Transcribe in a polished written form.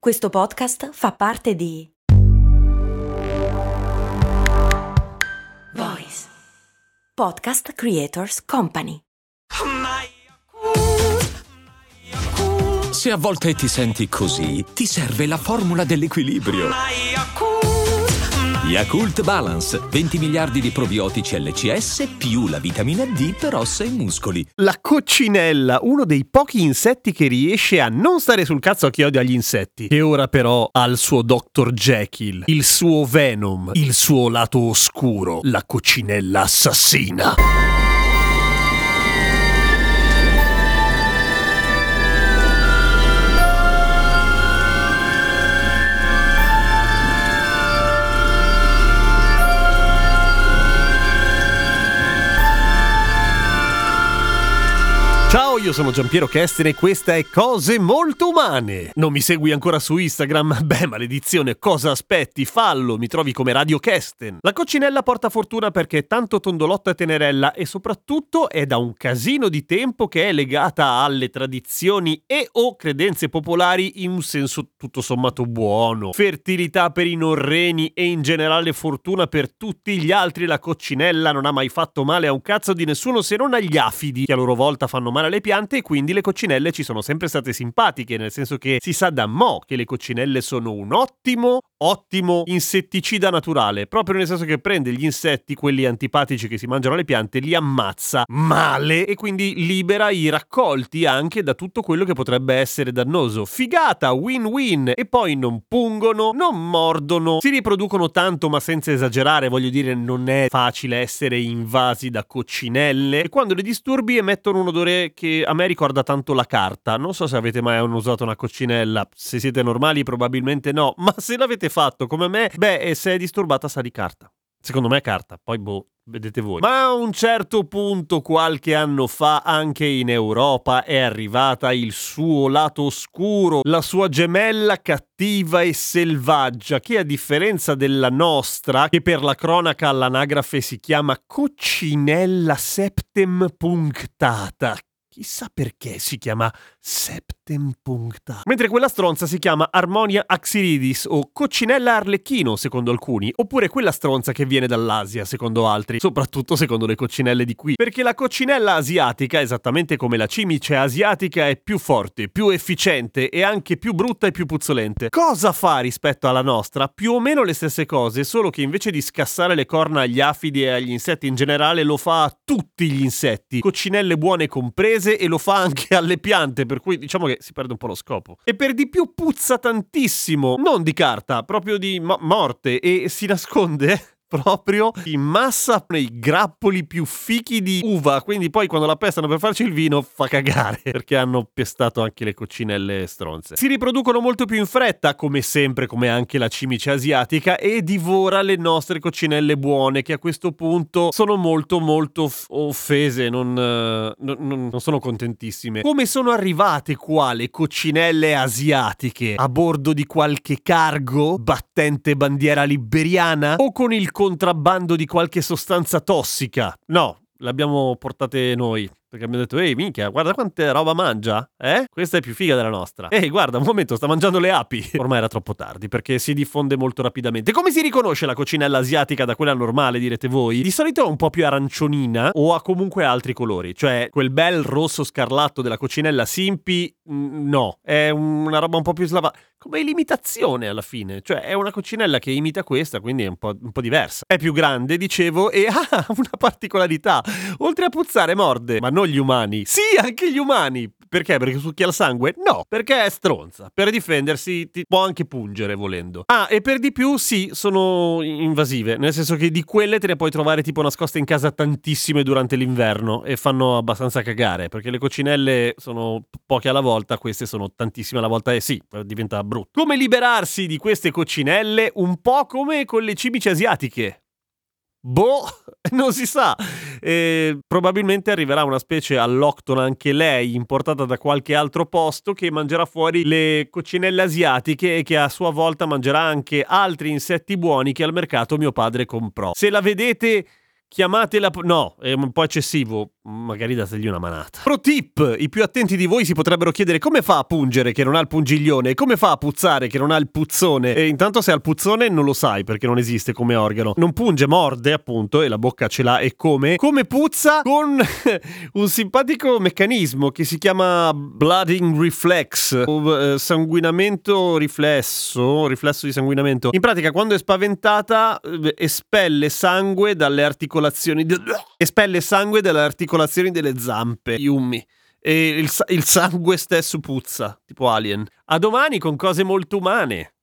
Questo podcast fa parte di Voice Podcast Creators Company. Se a volte ti senti così, ti serve la formula dell'equilibrio. Yakult Balance, 20 miliardi di probiotici LCS più la vitamina D per ossa e muscoli. La coccinella, uno dei pochi insetti che riesce a non stare sul cazzo a chi odia gli insetti, che ora però ha il suo Dr. Jekyll, il suo Venom, il suo lato oscuro, la coccinella assassina. Ciao, io sono Giampiero Kesten e questa è Cose Molto Umane. Non mi segui ancora su Instagram? Beh, maledizione, cosa aspetti? Fallo, mi trovi come Radio Kesten. La coccinella porta fortuna perché è tanto tondolotta e tenerella e soprattutto è da un casino di tempo che è legata alle tradizioni e o credenze popolari in un senso tutto sommato buono. Fertilità per i norreni e in generale fortuna per tutti gli altri. La coccinella non ha mai fatto male a un cazzo di nessuno se non agli afidi, che a loro volta fanno male alle piante, e quindi le coccinelle ci sono sempre state simpatiche, nel senso che si sa da mo' che le coccinelle sono un ottimo insetticida naturale, proprio nel senso che prende gli insetti, quelli antipatici che si mangiano le piante, li ammazza male e quindi libera i raccolti anche da tutto quello che potrebbe essere dannoso. Figata, win-win. E poi non pungono, non mordono, si riproducono tanto ma senza esagerare, voglio dire, non è facile essere invasi da coccinelle e quando le disturbi emettono un odore che a me ricorda tanto la carta. Non so se avete mai usato una coccinella, se siete normali probabilmente no, ma se l'avete fatto come me, e se è disturbata sa di carta. Secondo me è carta, poi vedete voi. Ma a un certo punto, qualche anno fa, anche in Europa è arrivata il suo lato oscuro, la sua gemella cattiva e selvaggia, che a differenza della nostra, che per la cronaca all'anagrafe si chiama coccinella septem punctata. Chissà perché si chiama septem punctata. Mentre quella stronza si chiama Harmonia axyridis o coccinella arlecchino secondo alcuni, oppure quella stronza che viene dall'Asia secondo altri, soprattutto secondo le coccinelle di qui. Perché la coccinella asiatica, esattamente come la cimice asiatica, è più forte, più efficiente e anche più brutta e più puzzolente. Cosa fa rispetto alla nostra? Più o meno le stesse cose, solo che invece di scassare le corna agli afidi e agli insetti in generale lo fa a tutti gli insetti, coccinelle buone comprese, e lo fa anche alle piante, per cui diciamo che si perde un po' lo scopo. E per di più puzza tantissimo, non di carta, proprio di morte, e si nasconde proprio in massa nei grappoli più fichi di uva, quindi poi quando la pestano per farci il vino fa cagare, perché hanno pestato anche le coccinelle stronze. Si riproducono molto più in fretta, come sempre, come anche la cimice asiatica, e divora le nostre coccinelle buone, che a questo punto sono molto offese, non sono contentissime. Come sono arrivate qua le coccinelle asiatiche? A bordo di qualche cargo battente bandiera liberiana o con il contrabbando di qualche sostanza tossica? No, l'abbiamo portate noi. Perché abbiamo detto, ehi minchia, guarda quanta roba mangia, eh? Questa è più figa della nostra. Ehi, guarda, un momento, sta mangiando le api. Ormai era troppo tardi, perché si diffonde molto rapidamente. Come si riconosce la coccinella asiatica da quella normale, direte voi? Di solito è un po' più aranciolina o ha comunque altri colori. Cioè, quel bel rosso scarlatto della coccinella Simpi, no. È una roba un po' più slava. Come l'imitazione alla fine. Cioè, è una coccinella che imita questa, quindi è un po' diversa. È più grande, dicevo, e ha una particolarità. Oltre a puzzare, morde. Ma non gli umani. Sì, anche gli umani. Perché? Perché succhia il sangue? No, perché è stronza. Per difendersi ti può anche pungere volendo. Ah, e per di più sì, sono invasive, nel senso che di quelle te ne puoi trovare tipo nascoste in casa tantissime durante l'inverno e fanno abbastanza cagare, perché le coccinelle sono poche alla volta, queste sono tantissime alla volta e sì, diventa brutto. Come liberarsi di queste coccinelle? Un po' come con le cimici asiatiche. Non si sa. Probabilmente arriverà una specie alloctona anche lei, importata da qualche altro posto, che mangerà fuori le coccinelle asiatiche e che a sua volta mangerà anche altri insetti buoni che al mercato mio padre comprò. Se la vedete, chiamatela... No, è un po' eccessivo. magari dategli una manata. Pro tip: i più attenti di voi si potrebbero chiedere come fa a pungere che non ha il pungiglione e come fa a puzzare che non ha il puzzone. E intanto se ha il puzzone non lo sai perché non esiste come organo. Non punge, morde appunto, e la bocca ce l'ha. E come puzza? Con un simpatico meccanismo che si chiama blooding reflex, o sanguinamento riflesso di sanguinamento. In pratica, quando è spaventata espelle sangue dalle articolazioni delle zampe. Yummy. E il sangue stesso puzza, tipo Alien. A domani con cose molto umane.